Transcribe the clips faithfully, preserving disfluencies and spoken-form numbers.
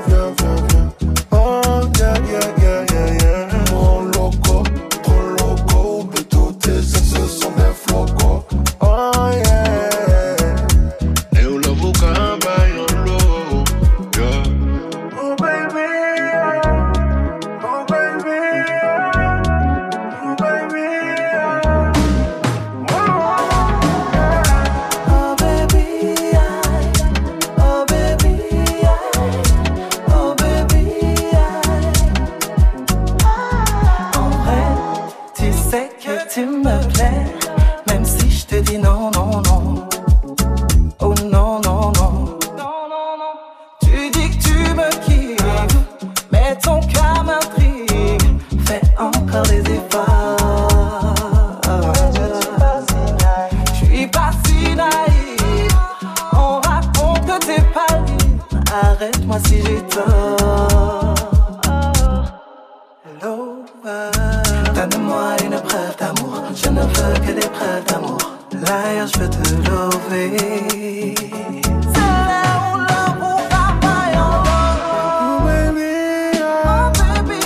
viens, viens, viens. Oh, yeah, yeah, yeah, yeah, yeah. Mon loco, trop loco, mais tous tes ex sont des flocos. Oh, yeah. Eu levo camba e on low, yeah. Oh, baby, oh, baby, oh, baby, oh, oh, baby, oh, baby, oh, baby. En vrai, tu sais que tu me plais, même si je te dis non, non, non. Oh non, non, non. Tu dis que tu me kiffes, mais ton cœur m'intrigue. Fais encore des efforts. Je suis pas si naïf. On raconte que t'es pas libre. Arrête-moi si j'ai tort. Hello, donne-moi une preuve d'amour. Je ne veux que des preuves d'amour. Là, je veux te lever. C'est là où l'amour va vaillant. Oh baby, oh baby,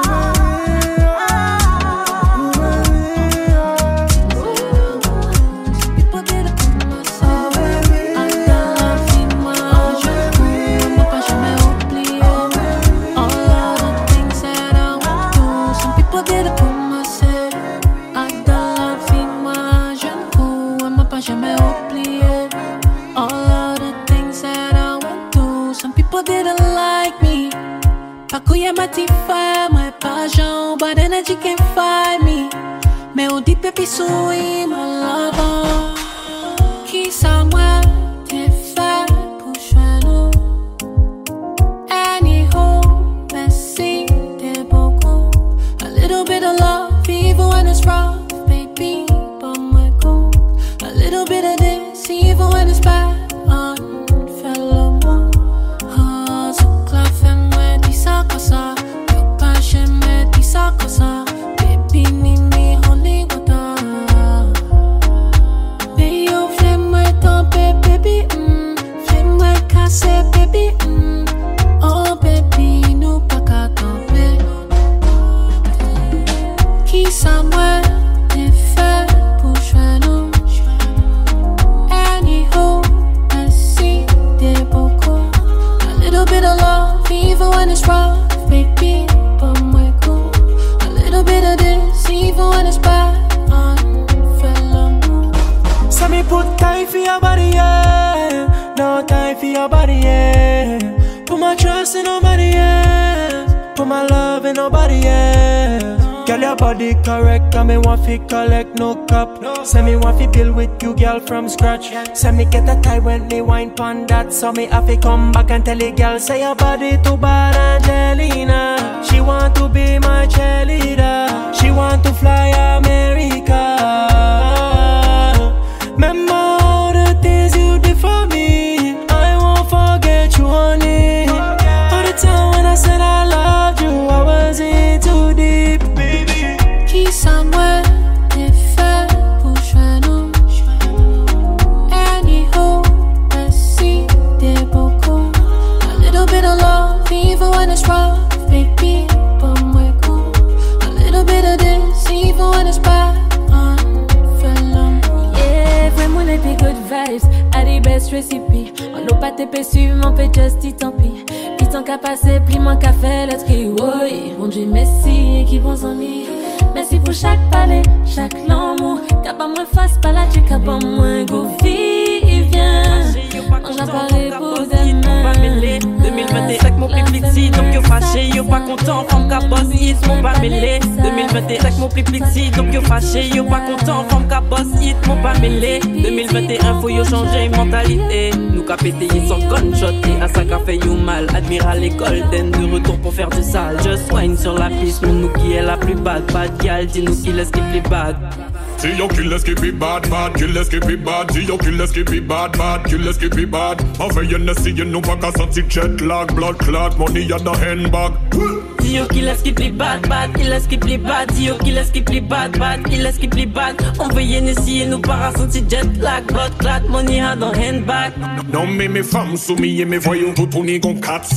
People did it for myself. I got love in my journal. On m'a pas jamais oublié. All of the things that I went through. Some people did it for myself. I got love in my journal. On m'a pas jamais oublié. All of the things that I went through. Some people didn't like me. Pas couille ma petite femme, moi pas Jean, but energy can't find me. Mais au deep baby souris my lover. Qui ça moi t'es fait pour chez nous. Anyhow, merci t'es beaucoup. A little bit of love, even when it's rough, baby. Pas moi cool. A little bit of this, even when it's bad. Fais l'amour. Oh, ce club fait moi dis ça comme ça. Yo pas jamais dis ça comme ça. Baby ni mi holy water. Baby yo fais-moi tomber baby. Mm. Fais-moi casser baby. Mm. Oh baby nous pas qu'à tomber. Qui ça moi t'es fait pour chez nous. Anyhow, merci t'es beaucoup. A little bit of love, even when it's rough, baby. Pas moi cool. A little bit of this, even when it's bad. Fais l'amour. So me put time for your body, yeah. No time for your body, yeah. Put my trust in nobody else. Put my love in nobody else. Girl, your body correct, and me want fi collect no cup. Say me want fi build with you, girl, from scratch. Say me get a tie when me wine pon that. So me have to come back and tell the girl, say your body too bad, Angelina. She want to be my cheerleader. She want to fly America. Remember all the things you did for me. I won't forget you, honey. All the time when I said I loved you, I was in too deep. Qui ça moi t'es fait pour chez nous. Anyhow, merci t'es beaucoup. A little bit of love, even when it's rough, baby. Pas moi cool. A little bit of this, even when it's bad. Fais l'amour. Yeah, vraiment on a des good vibes, à des best recipes. On n'a pas tes pésus, on fait just dit tant pis. Pis tant qu'à passer, plis moins qu'à faire le tri. Oui, bon Dieu merci, qui bons amis. Merci pour chaque palais, chaque l'amour. Qu'a pas moins face, pas là, tu qu'a pas moins go viens. On j'apparais pour demain. deux mille vingt-cinq mon plus petit, donc yo fâché, yo pas content, femme qu'a boss, hit, mon pas mêlé. deux mille vingt-cinq mon plus petit, donc yo fâché, yo pas content, femme qu'a boss, hit, mon pas mêlé. deux mille vingt et un faut yo changer mentalité. Nous qu'a pété sans gunshot et à ça qu'a fait you mal. Admiral et Golden de retour pour faire du sale. Just wine sur la piste, mais nous qui est la plus bad. Bad gal, dis-nous qui laisse qui plus bad. See you kill us keep it bad, bad, kill us keep it bad. See you kill us keep it bad, bad, kill us keep it bad. Enfin y'en a si y'en nous pas qu'à sentir jet lag, blood clot, money y'a dans handbag. See you kill us keep it bad, bad, kill us keep it bad. See you kill us keep it bad, bad, kill us keep it bad. On veut y'en essayer nous pas à sentir jet lag, blood clot, money y'a dans handbag. Non mais mes femmes soumis et mes voyous tout tourner gon quatre soumis.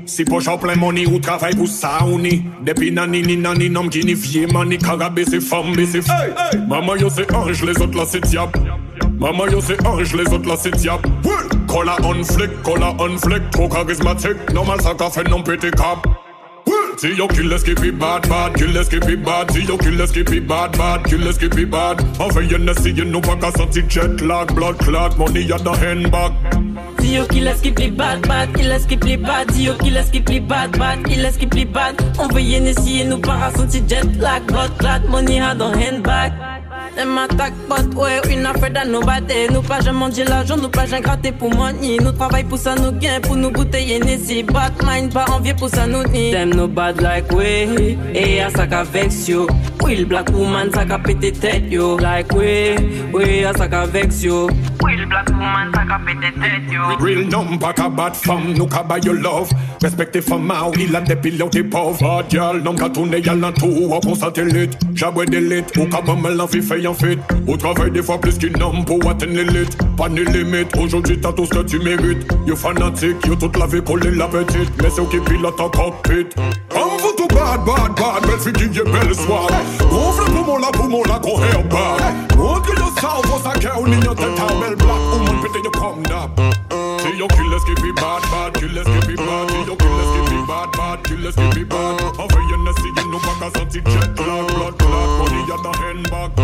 Si poche en plein money ou travail pour ça ou ni. Depuis nani ni nani nom qui ni vie mani. Carabé c'est femme, c'est f... hey, hey. Maman yo c'est ange, les autres là c'est diable. Maman yo c'est ange, les autres là c'est diable. Cola on flick, cola on flick. Trop charismatique, normal ça qu'a fait non pété cap. Si yo kill let's keep it bad, bad, kill let's keep it bad. Si yo kill let's keep it bad, bad, kill let's keep it bad. Enfin y'en a si y'en nous pas qu'à sentir jet lag, blood clot, money y'a dans handbag. Si yo kill let's keep it bad, bad, kill let's keep it bad. Si yo kill let's keep it bad, bad, kill let's keep it bad. On veut y'en essayer nous pas à sentir jet lag, blood clot, money y'a dans handbag. Them attack but ouais, une affaire dans nos bâtés. Nous pas jamais manger l'argent, nous pas jamais gratter pour money. Nous travail pour ça, nous gain pour nous bouteiller Nessie. Bad mind, pas envie pour ça, nous ni. Them no bad like we, et à ça qu'a vex yo. Will black woman, ça qu'a pété tête yo. Like we, we à ça qu'a vex yo. Will black woman, ça qu'a pété tête yo. Real nom, pas qu'à bad femme, nous qu'à buy your love. Respectez femme, il a des pilotes et pauvres. Bad y'all, nom qu'à tourner y'all dans tout, ou qu'on satellite. J'abouais d'élite, ou qu'à maman l'enfie fait en fait. Au travail des fois plus qu'une homme pour atteindre l'élite. Pas de limite, aujourd'hui t'as tout ce que tu mérites. Yo fanatique, yo toute la vie collé la petite. Mais ceux qui pilotent en cockpit. Comme vous tout bad, bad, bad, belle fille qui est belle soir. Gonfle pour mon la, pour mon la, qu'on hair bad. Montre yo ça, on voit ça qu'est au niño tête à belle black. Ou mon pété yo come up. Si yo kill let's keep it bad, bad, kill let's keep it bad. Si yo kill let's keep it bad, bad, kill let's keep it bad. Enfin y'en a si y'en nous pas qu'à sentir jet lag, blood clot, money y'a dans handbag.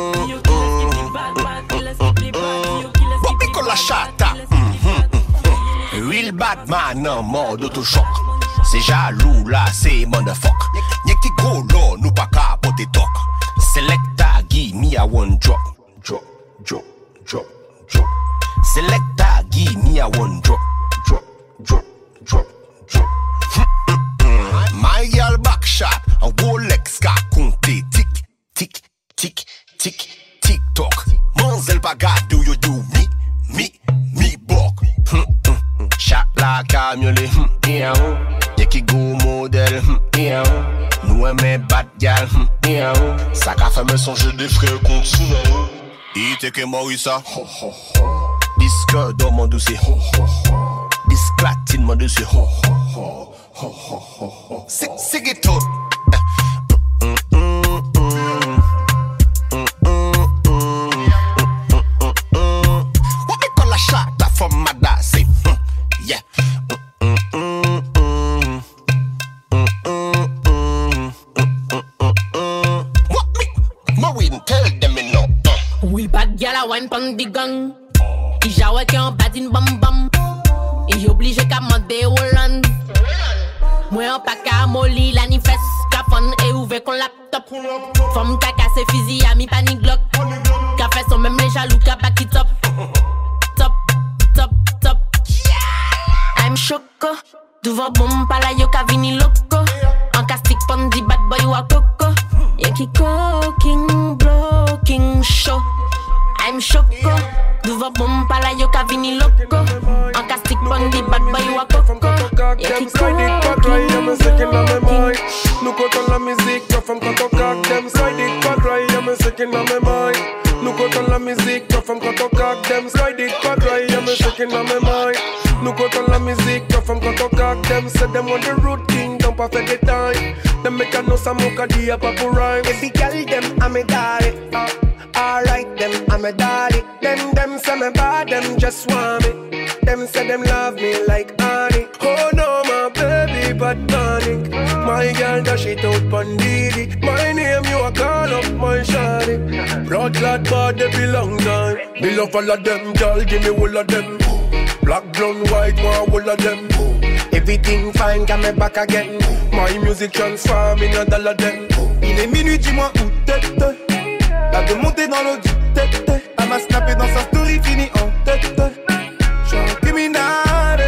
Con la chata, mm-hmm. Real bad man en mode auto-choc. C'est jaloux là, c'est motherfuck. Y'a qui go là, nous pas capoter toc. Selecta, give me a one drop. Drop, drop, drop, drop. Selecta, give me a one drop. Drop, drop, drop, drop. Mm-mm-mm. My girl back shot, un Rolex ka compter. Tic, tic, tic, tic, tic toc. Manzel baga do you do me? Mi, mi bok, hm, hm, hm. Chat la camionne, hm, yeah, oh. Y'a qui go modèle, hm, yeah, oh. Nous aimons bad gal, hm, yeah, oh. Ça qu'a fait me songer des frères contre Suna, oh. Ite que Morissa, ho, ho, ho. Disque d'or mon dossier, ho, ho, ho. Disque platine mon dossier, ho, ho, ho, ho, ho, ho, ho. C'est, c'est ghetto. From my dad, say, mm, yeah. Mm, mm, mm, mm, mm, mm, mm, mm, mm. What me? Marine, tell them me no. Uh. We bad gal a wine pon the gang. I jawe ki an badin bam bam. I oblige ka mande Holland. Mwen an pa ka moli la ni fes. Ka fon e ouve kon laptop. Fom ka kase fizi a mi pani glock. Ka fe son même les jaloux ka back it up. Top. Top, top, I'm choco. D'ouvre bon pala yo ka vini loco. En castic pon di bad boy wa coco. Y'a qui cooking, blocking show. I'm choco. D'ouvre bon pala yo ka vini loco. En castic pon di bad boy wa coco. Y'a qui cooking, blocking. Nous comptons la musique, la femme quand on caque them. Slide it pas dry, I'm sick in my mind. Nous comptons la musique, la femme quand on caque them. Slide it pas dry, I'm sick in my mind. Nous comptons la musique, la femme quand on caque them. Say them on the road king, don't pas faire des time. Them make a no sa moka di a papu rhyme. Every girl them I'm a daddy. Uh, Alright them I'm a daddy. Them them say me bad, them just want me. Them say them love me like honey. Oh no my baby but panic. My girl dash it out pon Didi. My name you a call up my shawty. Blood clot bad they belong time. Me love all of them, girl give me all of them. Black, blonde, white, one all of them. Everything fine, got me back again. My music transform in a dollar them. Il est minuit, dis-moi où t'es. La de monter dans l'eau du tête. Elle m'a snappé dans sa story, fini en tête. J'suis un criminel.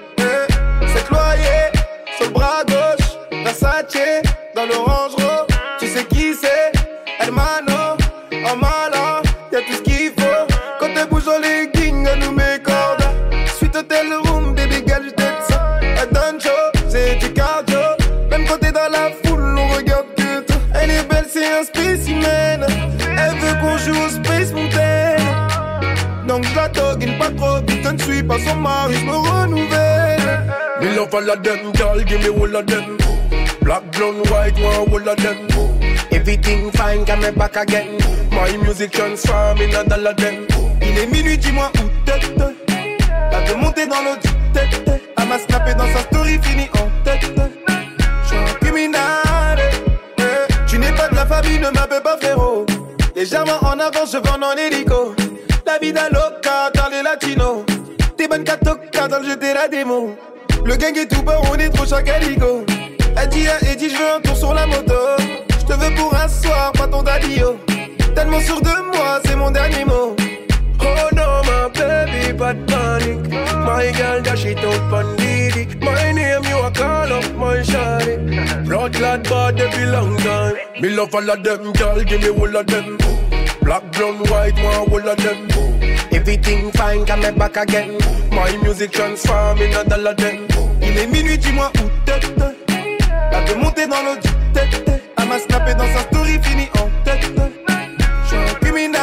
Eh. C'est cloyé, sur le bras gauche. Versace, dans l'orange rose. Tu sais qui c'est? Hermano, en malin. Y'a tout ce qu'il faut. Quand elle bouge dans les gangs, elle nous met cordes. Suite hôtel room, baby girl, j't'aide ça. Elle donne chaud, c'est du cardio. Même quand t'es dans la foule, on regarde que toi. Elle est belle, c'est un spécimen. Elle veut qu'on joue au Space Mountain. Donc j'la toguine pas trop, vite, je ne suis pas son mari, j'me renouvelle. Mais love all of them, girl, give me all of them. Black, blonde, white, one, all of them. Everything fine, come me back again. My music transform in a dollar them. Il est minuit, dis-moi où t'es. Elle veut monter dans l'eau du tête. Elle m'a snappé dans sa story, fini en tête. J'suis un criminel. Tu n'es pas de la famille, ne m'appelle pas frérot. Légèrement en avance, je vends en hélico. La vida loca dans les latinos. T'es bonne catoca dans le jeu de la démo. Le gang est tout bas, on est trop chacaligo. Elle dit à Eddie, je veux un tour sur la moto. Je te veux pour un soir, pas ton daddy-o. Tellement sûr de moi, c'est mon dernier mot. Oh no, my baby, pas de panique. My girl, dash it up on Didi. My name, you a call up, my shawty. Blood clad bad every long time. Me love all of them, girl, give me all of them. Black, blonde, white, one, all of them. Everything fine, come me back again. My music transform in a dollar them. Il est minuit, dis-moi où t'es. Elle veut monter dans l'eau du tête. Elle m'a snappé dans sa story, fini en tête. J'suis un criminel.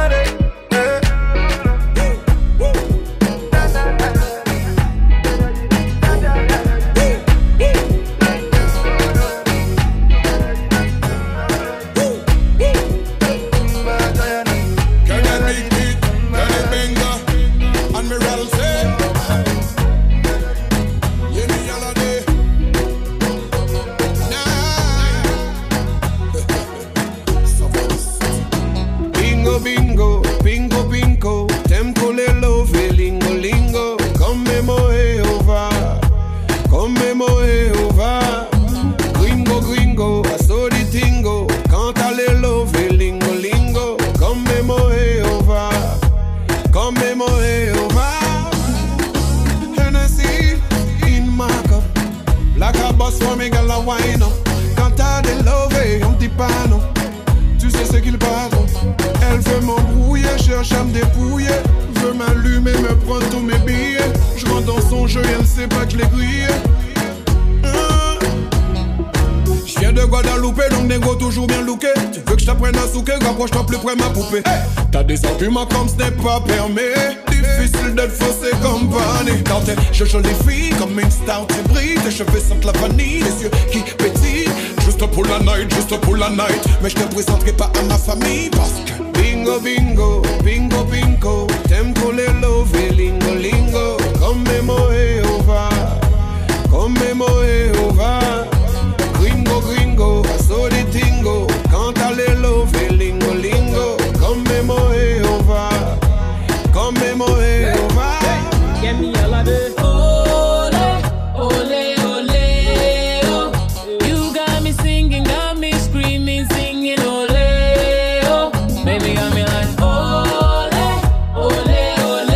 T'as des arguments comme ce n'est pas permis. Difficile d'être faussé comme vanille. Quand t'es je jolie fille comme une star tu brilles. Tes cheveux sentent la vanille, les yeux qui pétillent. Juste pour la night, juste pour la night. Mais je te présenterai pas à ma famille parce que bingo bingo, bingo bingo. T'aimes tous les love et lingo lingo. Comme Memo et Ova, comme Memo et Ova. Gringo gringo, so di tingo. Quand t'as les love et lingo lingo. Comme Memo et Ova, comme Memo et Ova. Get me all of it. Ole, ole, ole, oh. You got me singing, got me screaming, singing, ole, oh. Baby, got me like, ole, ole,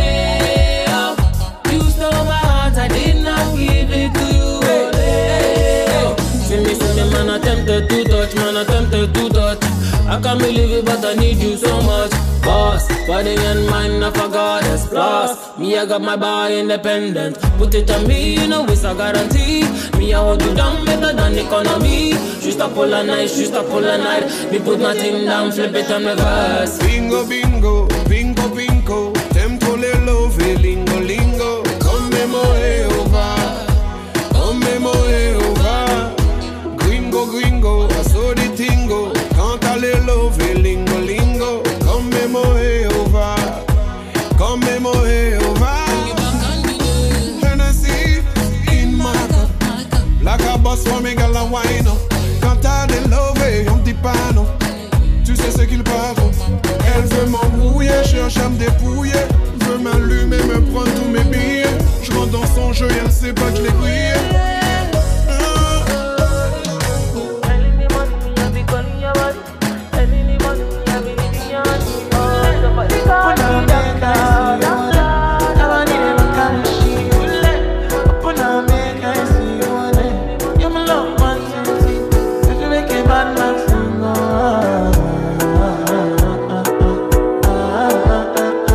ole, oh. You stole my heart, I did not give it to you, ole, oh. See me, see me, man, I tempted to touch, man, I tempted to touch. I can't believe it, but I need you so much. Boss, body and mind, I forgot it's plus. Me, I got my body independent. Put it on me, you know it's a guarantee. Me, I hold you down better than economy. Just a pull a night, just a pull a night. Me put my thing down, flip it on reverse. Bingo, bingo, bingo, bingo. T'aimes trop les love et lingo, lingo. Comme Memo et Ova, comme Memo et Ova. Gringo, gringo, so di tingo. Quand t'as les love et lingo, lingo. Comme Memo et Ova, comme Memo et Ova. Hennessy in my cup. Like a boss for me, girl, I wine up. Quand t'as des love et on dit pas non. Tu sais ce qu'il parle. Elle veut m'embrouiller, cherche à me dépouiller. Veut m'allumer, me prendre tous mes billets. Je rentre dans son jeu et elle sait pas que je l'ai grillé.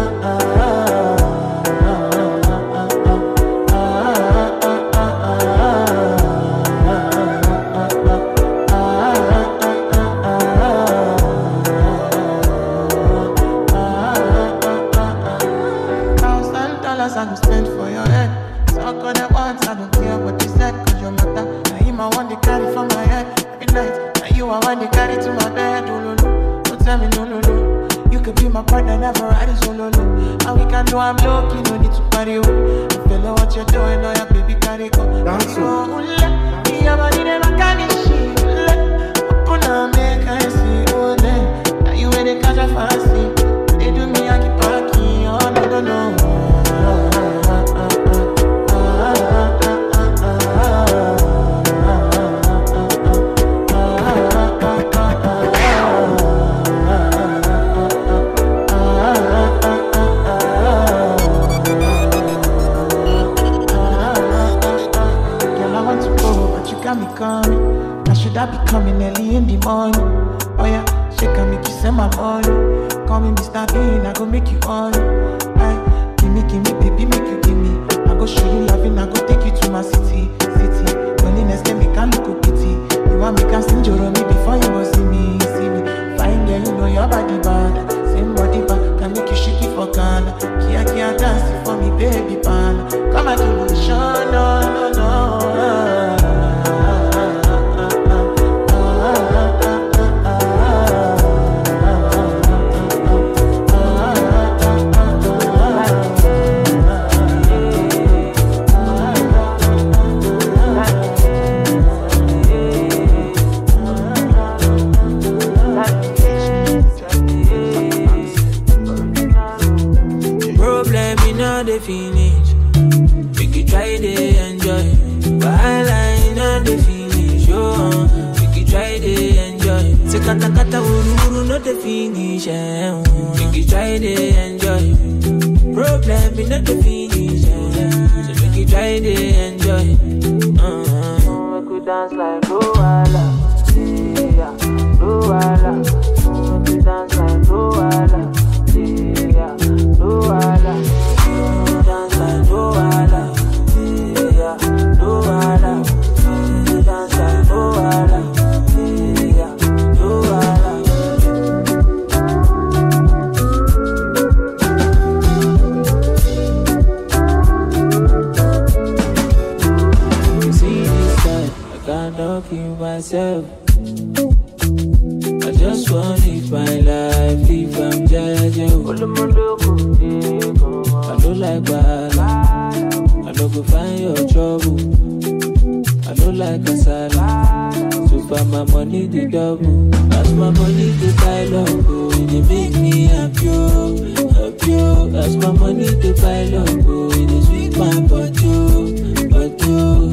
Ah you got me coming. Now should I be coming early in the morning? Oh yeah, shake and make you send my money. Call me Mister Bean, I go make you on. Aye, give me, give me, baby, make you give me. I go show you loving, I go take you to my city, city. Loneliness can make a look pity. You want me can sing your me before you go see me, see me. Fine girl, you know your body bad. Same body bad, can make you shake it for Ghana. Kia kia dance for me, baby pan. Come and do the show, no, no, no. Finish, we could try to enjoy. While I know the finish, oh, we could try to enjoy. Se kata kata uru uru not the finish, eh, oh. We could try to enjoy. Problem is not the finish, eh, so we could try to enjoy. Uh-huh. We could dance like Luala, yeah, Luala. We could dance like Luala, yeah, Luala. Myself, I just want to live my life, live from Jaja. I don't like bad, I don't go find your trouble. I don't like kasala, so far my money the double. As my money the buy logo, it make me happy, happy. As my money the buy logo, it is sweet my butt you, butt you.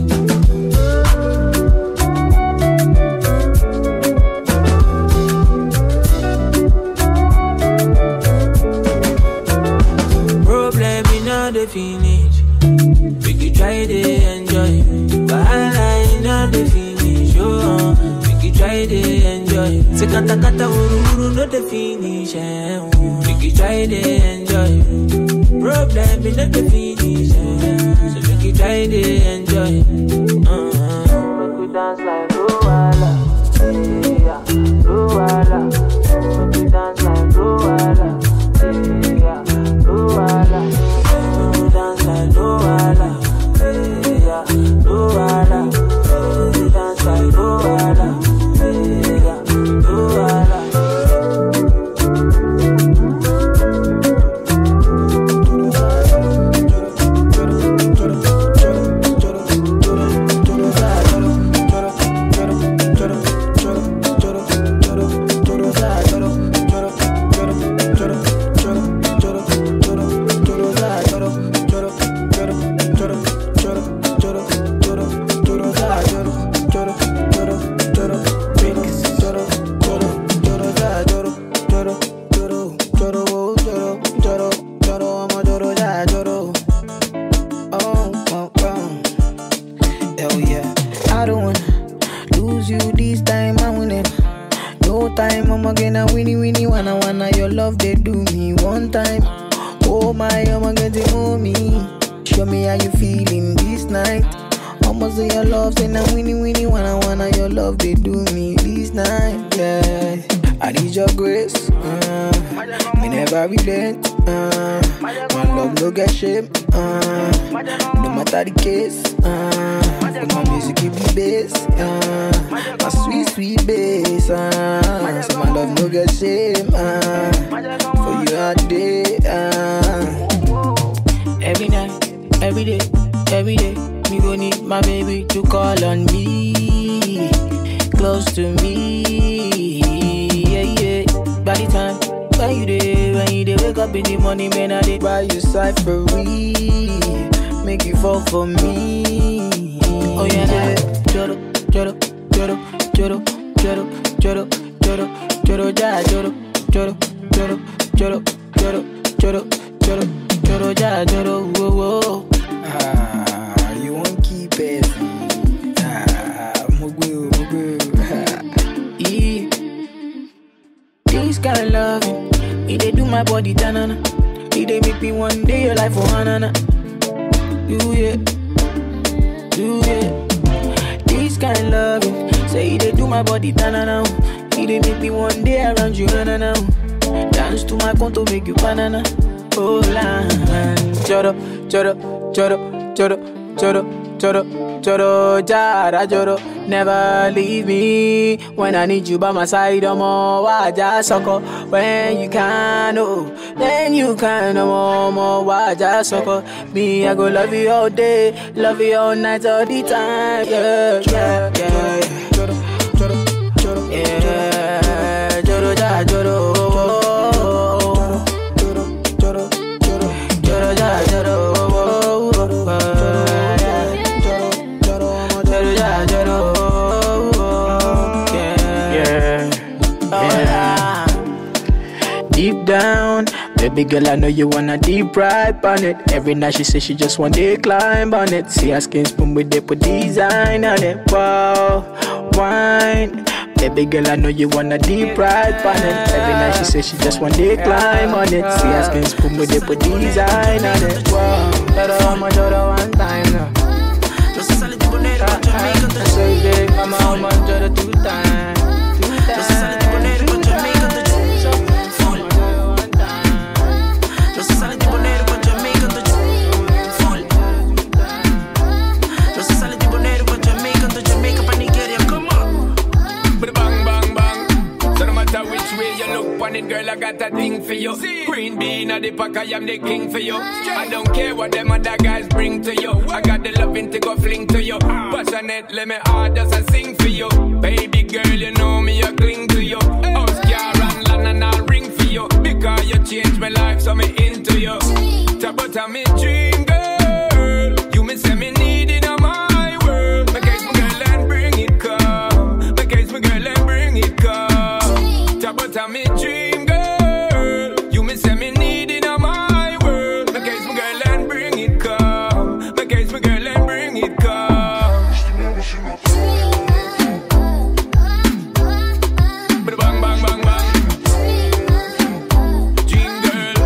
The finish, we could try to enjoy. While I know the finish, oh, we could try to enjoy. Se kata kata uru uru not the finish, eh, oh. We could try to enjoy. Problem is not the finish, eh, so we could try to enjoy. Uh-huh. We could dance like Luala, yeah, Luala. We could dance like Luala, yeah, Luala. Luala, yeah, Luala, dance like Luala, yeah, Luala. Ah, you won't keep it. Ah. Mugwe, Mugwe. Yeah. This kind of loving, it they do my body tanana. It they make me one day your life for hanana. Do it, do it. This kind of loving, say it they do my body tanana. It they make me one day around you hanana. Dance to my conto make you banana. Oh la, choro, choro, choro, choro, choro, choro, choro, jara, choro. Never leave me when I need you by my side. I'm all waja soko when you can, oh, then you can. I'm all more waja soko. Me, I go love you all day, love you all night, all the time. Yeah, yeah, yeah. Choro, choro, choro, yeah, choro, jara, choro. Deep down, baby girl, I know you wanna deep ride on it. Every night she says she just want to climb on it. See her skin spoon with they put design on it. Wow, wine. Baby girl, I know you wanna deep ride on it. Every night she says she just want to climb on it. See her skin spoon with they put design on it. Wow, pero mo lloro one time now. Just a little bonero, but you make it the same day. Mama, I'm on lloro two times. Just a little bonero, but you make it the full. Just a little bonero, but you make it the full. Just a little bonero, but you make it the Jamaica, Nigeria. Come on. But bang, bang, bang. So no matter which way you look on it, girl, I got a thing for you. Green bean at the pack, I am the king for you. I don't care what them other guys bring to you. I got the loving to go fling to you. Passionate, let me hard as I sing for you. Baby girl, you know me, I cling to you. Oscar and land and I'll ring for you. Because you changed my life, so me into you. Talk about I'm a dream girl. You me say me need it on my world. My case, my girl, and bring it come. My case, my girl, and bring it come. Talk about I'm a dream girl. You me say me need it on my world. My case, my girl, and bring it come. My case, my girl, and bring it come. But bang, bang, bang, bang. Dream girl.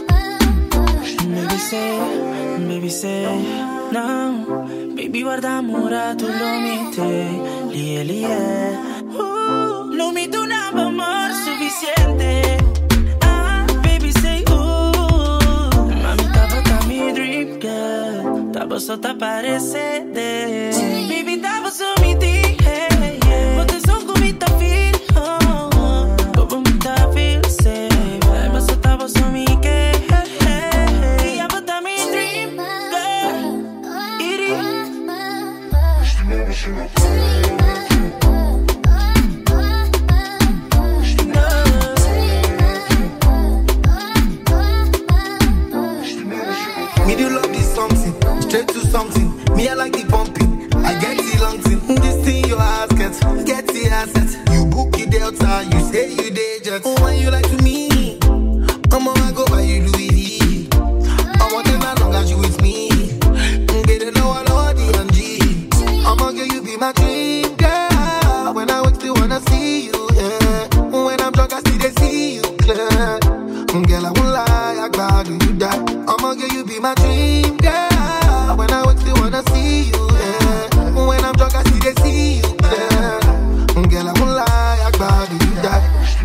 Baby say, baby say, no. Baby guarda mura tu lo mite, lie lie. Uh, no mi tu nada amor suficiente. Ah, baby say, uh, mami tava ta mi dream girl, tava só ta parece de. Baby tava só mi ti, hey, yeah. But the song me ta feel, oh, oh. Como me ta feel, say, tava só tava só mi que, hey, hey. Yeah, but ta mi dream girl, it is. Me do love this something, straight to something. Me I like the pumping, I get the long thing. This thing your ass gets, get the asset. You book the Delta, you say you day jet. Oh, when you like to me, I'm on go by you Louis. I want them as long as you with me. Get it low, low, D and G. I'm gonna get you be my dream girl. When I wake, still wanna see you, yeah. When I'm drunk, I still they see you clear. Girl, I won't lie, I glad you die. I'ma get you be my dream girl. When I wake, still wanna see you, yeah. When I'm drunk, I still they see you clear. Girl, I won't lie, I glad you die.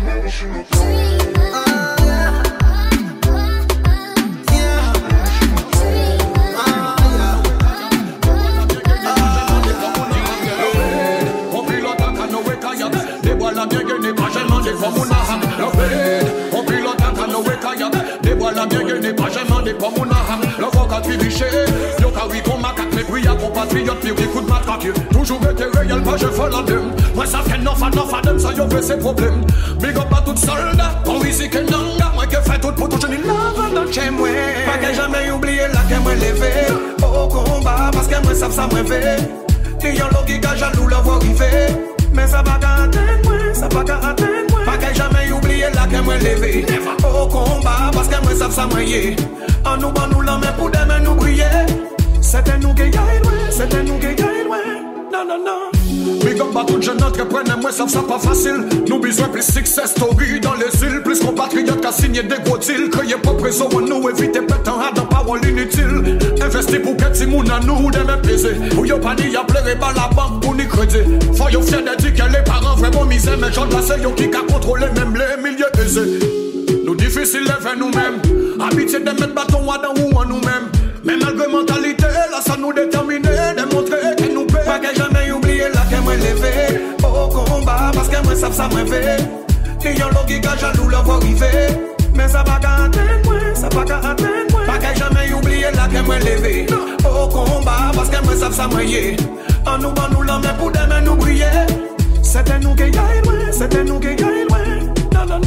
La bière n'est pas jamais des pommes ou n'aham. Le vocal tribiché, yo ka oui qu'on macaque. Mais puis y'a compatriote, puis oui coup de matraque. Toujours été réel, pas je fais la dème. Moi ça fait neuf à neuf à dem, ça yo fait ses problèmes. Big up à tout soldat, on oui c'est que nanga. Moi que fait tout pour toucher ni lave dans chez moi. Pas que jamais oublier la que moi levé. Au combat, parce que moi savent ça moi fait. T'es yon l'eau qui gage jaloux la voix arriver. Mais ça va qu'à atteindre moi, ça va qu'à atteindre moi. Pas que jamais oublier la que moi levé. Au combat, parce que moi savent ça moi yé. En nous ban nous la main pour demain nous briller. C'était nous qui gagne, c'était nous qui gagne, non, non, non. Big up à tout jeune entrepreneur, moi ça ça pas facile. Nous besoin plus success story dans les îles. Plus compatriotes qu'à signer des gros deals. Créer pas présent à nous, éviter pétant à dans parole inutile. Investir pour que ti moun à nous, des mêmes plaisirs. Ou y'a pas dit y'a pleuré par la banque pour ni crédit. Faut y'a fier de dire que les parents vraiment misère. Mais j'en place y'a qui a contrôlé même les milieux aisés. Nous difficiles vers nous-mêmes. Habitués de mettre bâton à dans ou en nous-mêmes. Mais malgré mentalité, là ça nous détermine. Démontrer que nous paie. Pas que jamais oublier là que moi levé au combat parce que moi ça ça moi fait. Et y'en l'on qui gâche jaloux leur voix arriver. Mais ça va qu'à atteindre moi, ça va qu'à atteindre moi. Pas que jamais oublier là que moi levé au combat parce que moi ça ça moi yé. En nous en nous l'emmène pour demain nous briller. C'était nous qui gagne loin, c'était nous qui gagne loin. Non non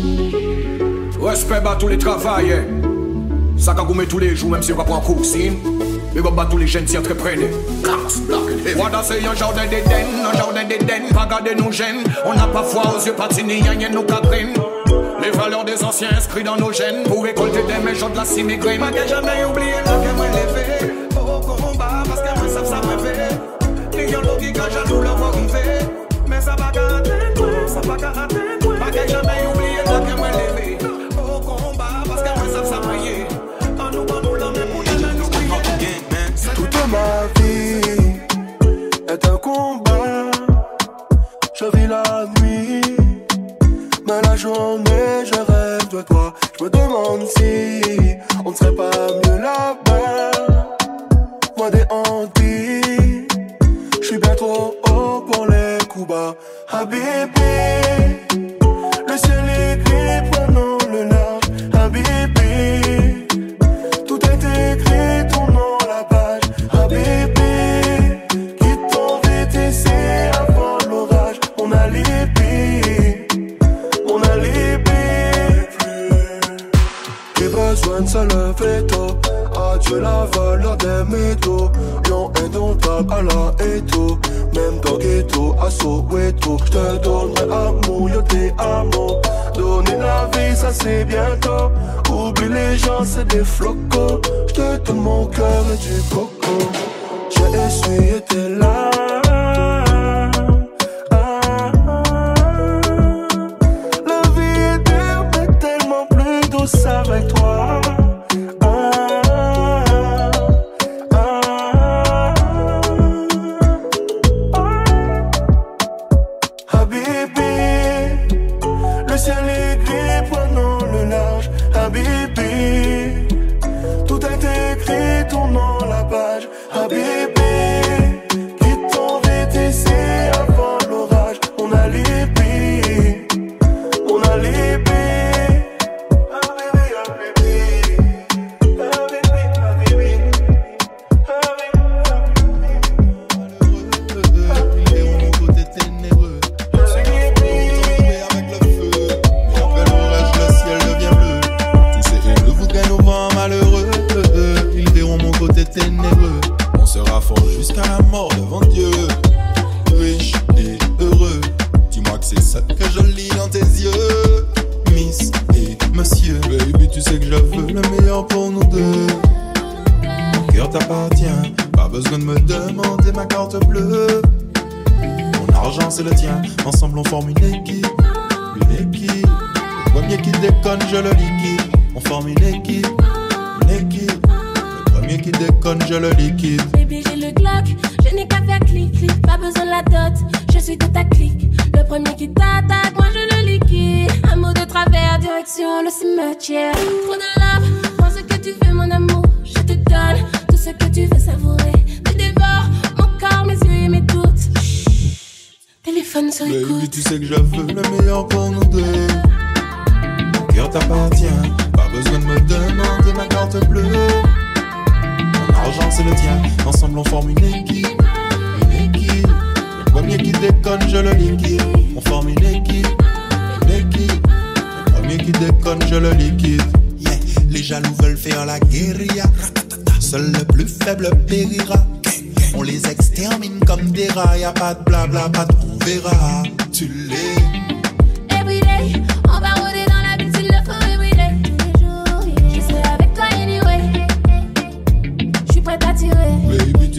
non. Respect à tous les travailleurs. Ça qu'a gommé tous les jours même si on va prendre coursigne. Mais on bat tous les jeunes qui entreprennent. Voilà, c'est un jardin d'Éden, un jardin d'Éden. Pas garder nos gènes. On n'a pas foi aux yeux patinés, y'a rien nous caprines. Les valeurs des anciens inscrits dans nos gènes. Pour récolter des méchants de la cimigraine. Pas que jamais oublier là que moi levé au combat parce que moi ça ça me fait. Les gens qui gâchent jaloux leur voix arriver. Mais ça va qu'à atteindre moi, ça va qu'à atteindre moi. Pas que jamais oublier là que moi levé au combat parce que moi ça ça me fait. En nous en nous l'emmène pour demain nous briller. Toute ma vie est un combat. Je vis la nuit, mais la journée je rêve de toi. Je me demande si on ne serait pas mieux là-bas. Moi des handies, je suis bien trop haut pour les coups bas. Habibi, le ciel est gris, prenons le large. Habibi, tout est écrit, ton nom à la page. Habibi, quitte ton V T C avant l'orage. Mon alibi, mon alibi. J'ai besoin de se lever tôt. Adieu la valeur des métaux. Lion indomptable à la Eto. Même dans ghetto à Soweto. J'te donnerai amour, yo t'es amour. Donner la vie, ça c'est bientôt. Oublie les gens, c'est des flocos. J'te donne mon cœur et du coco. J'ai essuyé tes larmes. Ah, la vie est dure, mais tellement plus douce avec toi.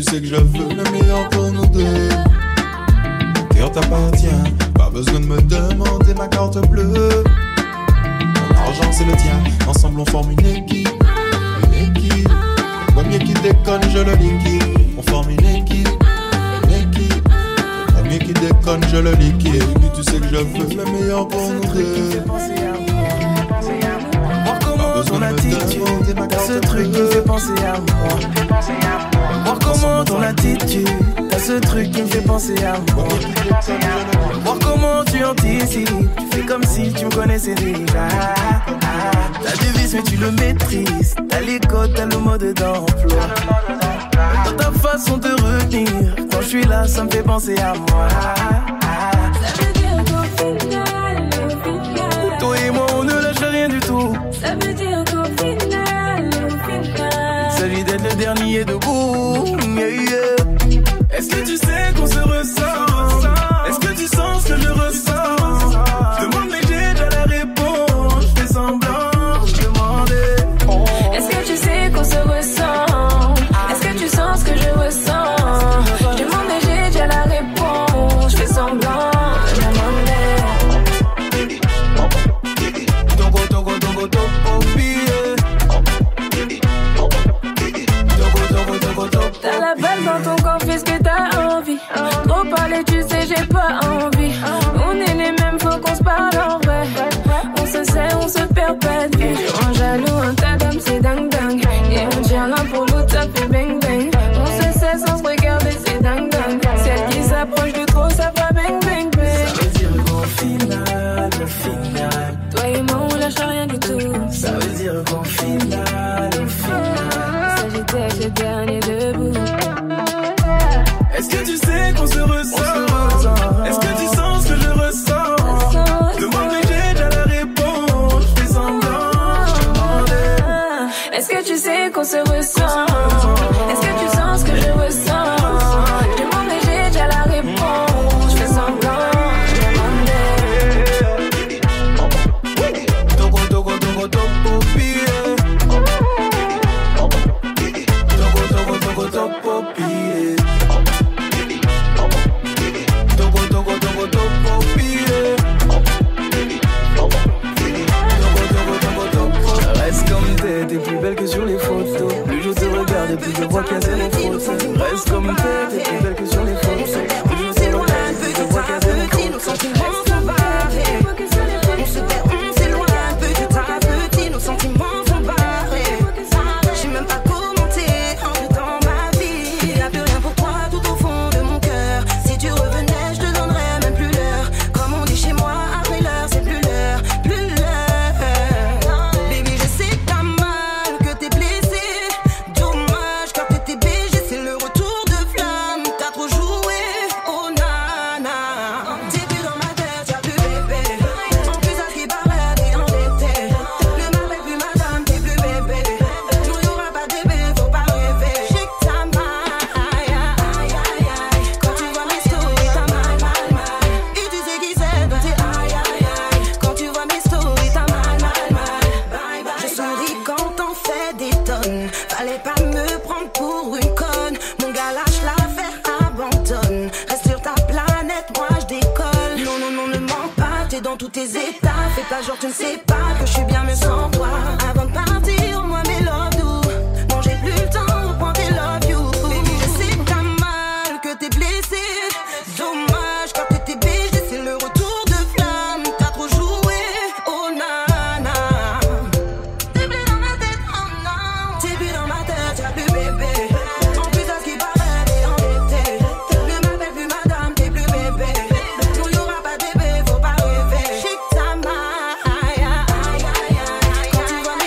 sais que je veux le meilleur pour nous deux. Cœur t'appartient, pas besoin de me demander ma carte bleue. Mon argent c'est le tien, ensemble on forme une équipe. Une équipe, le premier qui déconne je le liquide. On forme une équipe, une équipe. Le premier qui déconne je le liquide. Mais tu sais que je veux le meilleur pour nous deux. Voir comment ton attitude, t'as ce truc qui me fait penser à moi. Voir comment ton attitude, t'as ce truc qui me fait penser à moi. Voir comment tu anticipes, tu fais comme si tu me connaissais déjà. T'as des vices mais tu le maîtrises, t'as les codes, t'as le mode d'emploi. Dans ta façon de retenir, quand je suis là ça me fait penser à moi. Ça veut dire qu'au final, au final, toi et moi on ne lâche rien du tout. ça veut dire qu'au final, au final, S'agit d'être le dernier debout. Yeah, yeah. Est-ce que tu sais qu'on se ressent? Est-ce que tu sens ce que je ressens? Je demande mais j'ai déjà la réponse. Je fais semblant de demander. est-ce que tu sais qu'on se ressent? Est-ce que tu sens ce que je ressens? Je demande mais j'ai déjà la réponse. Je fais semblant de demander. Togo, togo, togo, togo, billet. Togo, togo, togo, togo. T'as la balle dans ton corps, fais ce que t'as envie. Trop parler, tu sais, j'ai pas envie. On est les mêmes, faut qu'on se parle en vrai. On se sait, on se perpétue. En jaloux, un tas d'hommes, c'est dingue dingue. Et on tient l'un pour l'autre, ça fait bang bang. On se sait sans se regarder, c'est dingue dingue. Celle qui s'approche de trop, ça va bang bang bang. Ça veut dire qu'au final, au final, Toi et moi, on lâche rien du tout. ça veut dire qu'au final, au final. Ça, j'étais le dernier debout. Est-ce que tu sais qu'on se ressent? Est-ce que tu sens ce que je ressens? Demande mais j'ai déjà la réponse. Je fais semblant de demander. Est-ce que tu sais qu'on se ressent? Est-ce que tu sens ce que je ressens? Je demande mais j'ai déjà la réponse. Je fais semblant de demander. Togo, togo, togo, togo, billet. Togo, togo, togo, togo, billet. Togo, togo, togo, togo, billet. Togo, togo, togo, togo. Reste comme t'es, t'es plus belle que sur les photos. Plus je te regarde et plus je vois qu'il y a zéro faute. Reste comme t'es, t'es plus belle que sur les photos. Plus je te regarde et plus je vois qu'il y a zéro faute. Nos sentiments sont barrés. On se perd, on s'éloigne petit à petit. Nos sentiments sont barrés. Je sais même pas commenter en tout dans ma vie. Il n'y a plus rien pour toi tout au fond de mon cœur. Si tu revenais, je te donnerais même plus l'heure. Comme on dit chez moi, après l'heure, c'est plus l'heure, plus l'heure. Baby, je sais que t'as mal, que t'es blessé. Dommage, quand t'étais B G, c'est le retour de flamme. T'as trop joué, oh nana. T'es plus dans ma tête, y'a plus bébé. En plus, à ce qui paraît, t'es endetté. Ne m'appelle plus madame, t'es plus bébé. Nous y'aura pas de bébé, faut pas rêver. J'ai que ta maille, aïe, aïe, aïe, aïe. Quand tu vois mes stories, t'as mal, mal, mal. Et tu sais qui c'est, donc t'es aïe, aïe, aïe. Quand tu vois mes stories, t'as mal, mal, mal. Bye, bye. Je souris quand t'en fais des tonnes. Fallait pas me prendre pour une conne. Mon gars lâche l'affaire, abandonne. Reste sur ta planète, moi je décolle. Non, non, non, ne mens pas, t'es dans tous tes états. Fais pas genre tu ne sais pas que je suis bien mieux sans toi. Avant de partir, moi mes love doux. Bon, j'ai plus le temps, reprends tes love you. Baby, je sais que t'as mal, que t'es blessé. Dommage, quand t'étais B G, c'est le retour de flamme. T'as trop joué, oh nana. T'es plus dans ma tête, oh non. T'es plus dans ma tête, y'a plus bébé. En plus, à ce qui paraît, t'es endetté. Ne m'appelle plus madame, t'es plus bébé. Nous y'aura pas de bébé, faut pas rêver. J'ai que ta maille, aïe, aïe, aïe, aïe. Quand tu vois mes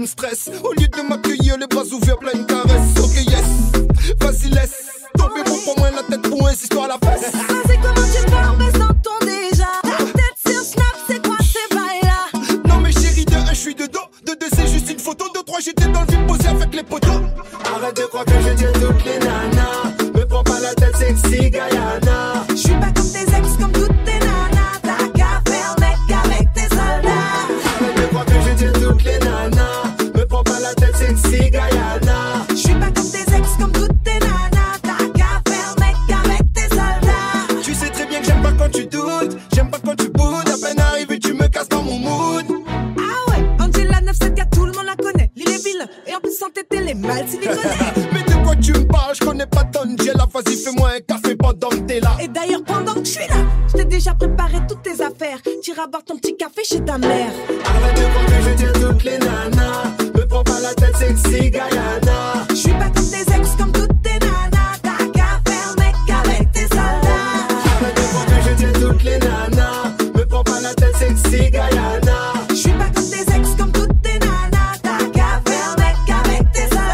me stresse. Au lieu de m'accueillir, les bras ouverts, plein de caresses. Ok, yes, vas-y, laisse tomber, mon pour moi la tête pour un histoire à la fesse. Vas-y, comment tu parles, mais sans ton déjà. Ta tête sur Snap, c'est quoi ces bails-là? Non, mais chérie, de un, je suis de dos. De deux, c'est juste une photo. De trois, j'étais dans le vide posé avec les poteaux. Arrête de croire que je tiens toutes les nanas. Me prends pas la tête, sexy Guyana. Je suis pas comme tes ex, comme toutes tes nanas. T'as qu'à faire mec avec tes soldats. Arrête de croire que je tiens toutes les nanas. Me prends pas la tête, sexy Guyana. Je suis pas comme tes ex, comme toutes tes nanas. T'as qu'à faire mec avec tes soldats. Tu sais très bien que j'aime pas quand tu doutes. J'aime pas quand tu boudes. À peine arrivé, tu me casses dans mon mood. Ah ouais, Angela neuf sept quatre, tout le monde la connaît. L'île est vilain, et en plus sans tête, les mal si les connais. Mais de quoi tu me parles? Je connais pas d'Angela. Vas-y, fais-moi un café pendant que t'es là. Et d'ailleurs, pendant que je suis là, je t'ai déjà préparé toutes tes affaires. T'iras boire ton petit café chez ta mère. Arrête de croire que je tiens toutes les nanas. Me prends pas la tête, sexy Guyana. Je suis pas comme tes ex, comme toutes tes nanas. T'as qu'à faire mec avec tes soldats. Arrête de croire que je tiens toutes les nanas. Me prends pas la tête, sexy Guyana. Je suis pas comme tes ex, comme toutes tes nanas. T'as qu'à faire mec avec tes soldats.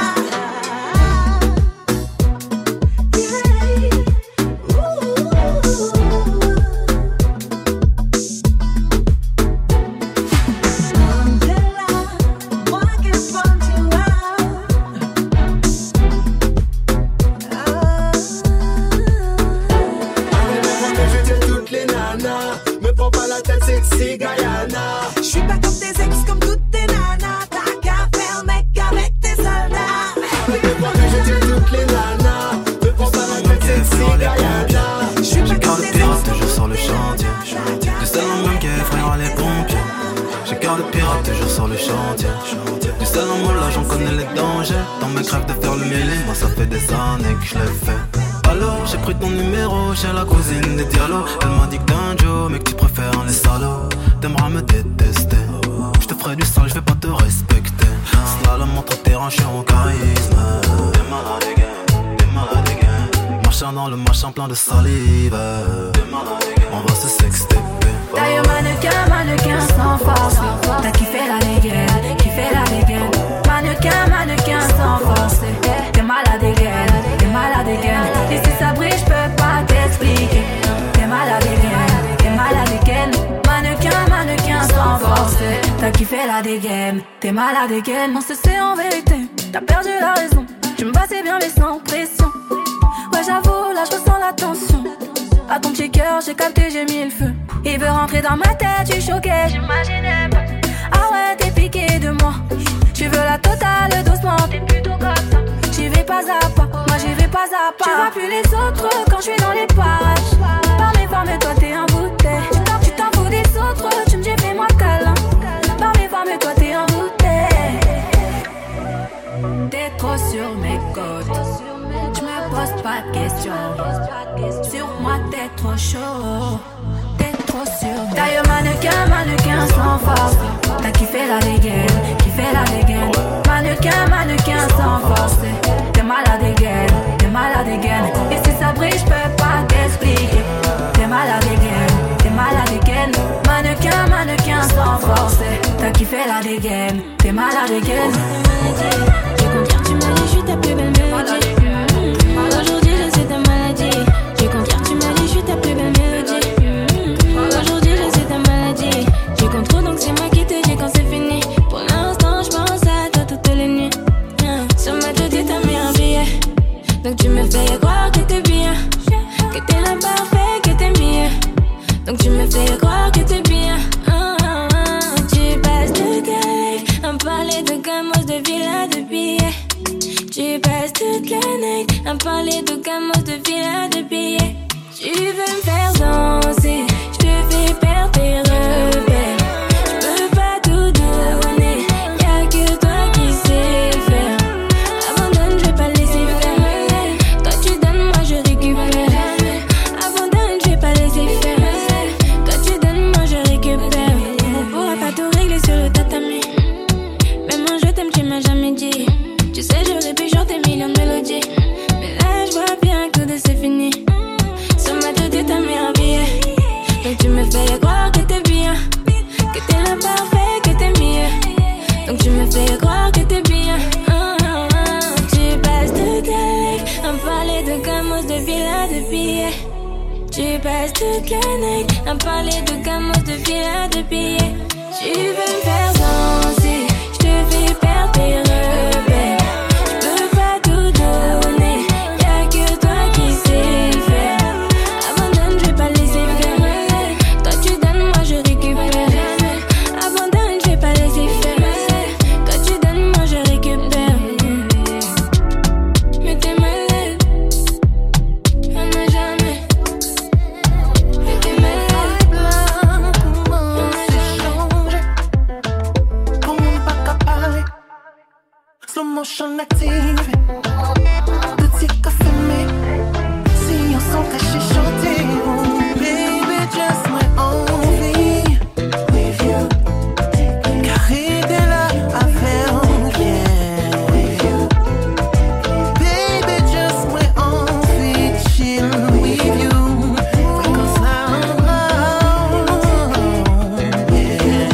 Sexy Guyana. Je suis pas comme tes ex, comme toutes tes nanas. T'as qu'à faire mec avec tes soldats. Arrête de croire que je tiens toutes les nanas. Me prends pas la tête, sexy Guyana. Je suis pas comme le tes ex. pirate toujours sur le chantier. Du seul homme même qui effrayera les pompiers. J'ai cœur de pirate toujours sur le chantier. Du seul homme là j'en connais les dangers. Dans mes crèves de faire le mêlé, moi ça fait des années que je l'ai fait. Alors j'ai pris ton numéro chez la cousine des Diallo. Elle m'a dit que t'es un Joe mais que tu préfères les salauds. T'aimeras me détester. Je te ferai du sale, je vais pas te respecter. Slalom entre terrain, je suis en charisme. T'es malade again, t'es malade again. Marchant dans le machin plein de salive. T'es malade again, on va se sexter. D'ailleurs mannequin, mannequin sans force. T'as kiffé la dégaine, kiffé la dégaine. Mannequin, mannequin sans force. T'es malade again, t'es malade again. Et si ça brille, je peux pas t'expliquer. T'es malade again, t'es malade again. Mannequin, mannequin sans force. T'as kiffé la dégaine, t'es malade again. On se sait en vérité, t'as perdu la raison. Tu me passais bien mais sans pression. Ouais j'avoue, là je ressens la tension. À ton petit cœur, j'ai capté, j'ai mis le feu. Il veut rentrer dans ma tête, je suis choquée, j'imaginais pas. Ah ouais, t'es piqué de moi. Tu veux la totale doucement, t'es plutôt comme ça. J'y vais pas à pas, moi j'y vais pas à pas. Tu vois plus les autres quand je suis dans les parages. Par mes formes, toi t'es un bouteille. Tu t'en fous des autres, tu me dis fais-moi câlin. Par mes formes, toi t'es un bouteille. T'es trop sur mes côtes. Tu me poses pas de questions. Sur moi t'es trop chaud. T'es trop sûr. D'ailleurs mannequin, mannequin sans force. T'as kiffé la dégaine, kiffé la dégaine. Mannequin, mannequin sans force. T'es malade again, t'es malade again. Et si ça brille, je peux pas t'expliquer. T'es malade again, t'es malade again. Mannequin, mannequin sans force. T'as kiffé la dégaine, t'es malade again. J'ai compris, tu m'as dit, je suis ta plus belle mélodie. Aujourd'hui, je sais ta maladie. J'ai compris, tu m'as dit, je suis ta plus belle mélodie. Aujourd'hui, je sais ta maladie. J'ai compris trop, donc c'est moi qui te dis quand c'est fini. Pour l'instant, je pense à toi toutes les nuits. Sur ma tête, t'as mis un billet. Donc tu me fais croire que t'es bien, que t'es la parfaite, que t'es mieux. Donc tu me fais croire que t'es bien. Oh, oh, oh. Tu passes toute la life à parler de gamos, de villas, de billets. Tu passes toute la night à parler de gamos, de villas, de billets. Tu veux me faire danser, je te fais perdre tes repères. Je peux pas tout donner, y'a que toi qui sais faire. Abandonne, je vais pas laisser faire. Toi tu donnes, moi je récupère. Abandonne, je vais pas laisser faire. Toi tu donnes, moi je récupère. On pourra pas tout régler sur le tatami. Mais moi je t'aime, tu m'as jamais dit. Tu sais, j'aurais pu chanter millions de mélodies. Mais là je vois bien que tout c'est fini. Sur ma tête, t'as mis passe toute la nuit à parler de gamos, de villas, de billets. Tu veux me faire danser, je te fais perdre tes repères. Je peux pas tout donner, y'a que toi qui sais faire. Abandonne, je vais pas laisser faire. Toi tu donnes, moi je récupère. Abandonne, je vais pas laisser faire. Toi tu donnes, moi je récupère. Mais t'es malade, on n'a jamais. Mais t'es malade, on s'est changé. Comment pas capable? Slow motion active. Tout c'est qu'à fumer. Si on s'en cache chanter. Oh baby, just my envie. With you. Carré de la affaire. Yeah. Baby, just my envie. Chill with you. Fréquence loud. Yeah.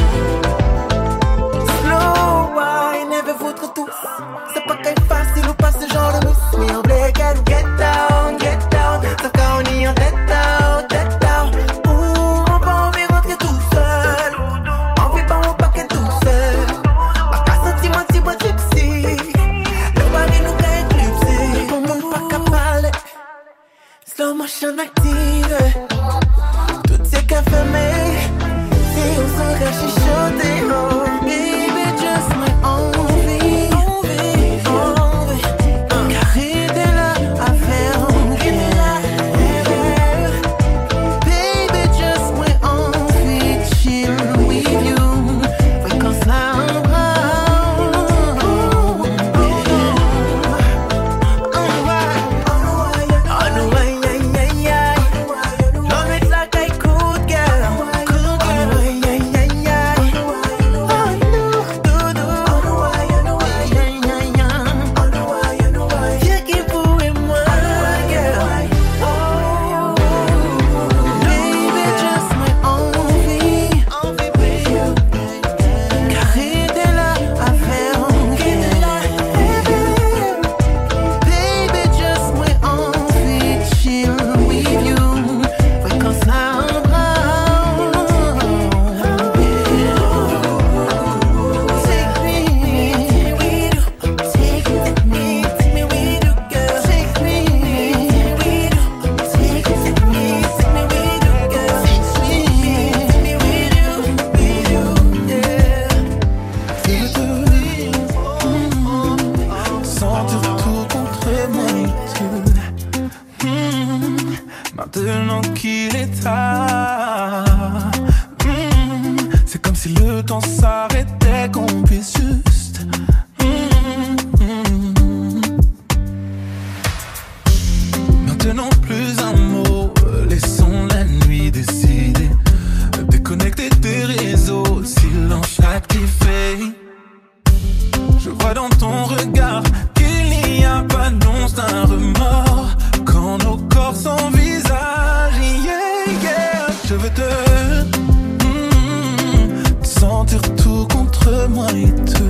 Slow wine, never votre tous. C'est pas qu'elle facile ou pas ce genre de mousse. Mais on blé, get, get down, get down. Sauf quand on y en tête out, tête out. Ouh, on pas envie rentrer tout seul. On vit pas, on pas qu'être tout seul. Ma casse sentiment, si moi gypsy. Le mari nous gagne éclipsé. Pour mon pas capable. Slow motion active. Tout c'est qu'à fermer. Si on s'en cache chanter. Oh baby, just my envie. Envie. Carré de la affaire. Yeah. Baby, just my envie. Chill with you. Fréquence loud. Maintenant qu'il est tard, mm, c'est comme si le temps s'arrêtait, qu'on puisse juste mm, mm. Maintenant plus un mot, laissons la nuit décider. Déconnecter des réseaux, silence activé. Je vois dans ton regard qu'il n'y a pas d'once d'un remords quand nos corps s'envisagent. Yeah, yeah. Je veux te mm, sentir tout contre moi et te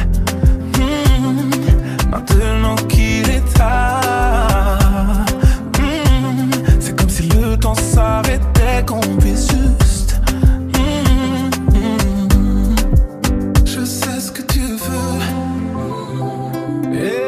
mm, maintenant qu'il est tard, mm, c'est comme si le temps s'arrêtait, qu'on puisse juste mm, mm, je sais ce que tu veux. Yeah.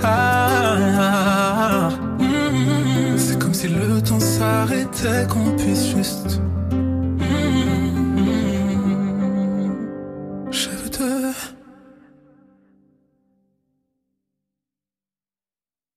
Ah, mm, c'est comme si le temps s'arrêtait, qu'on puisse juste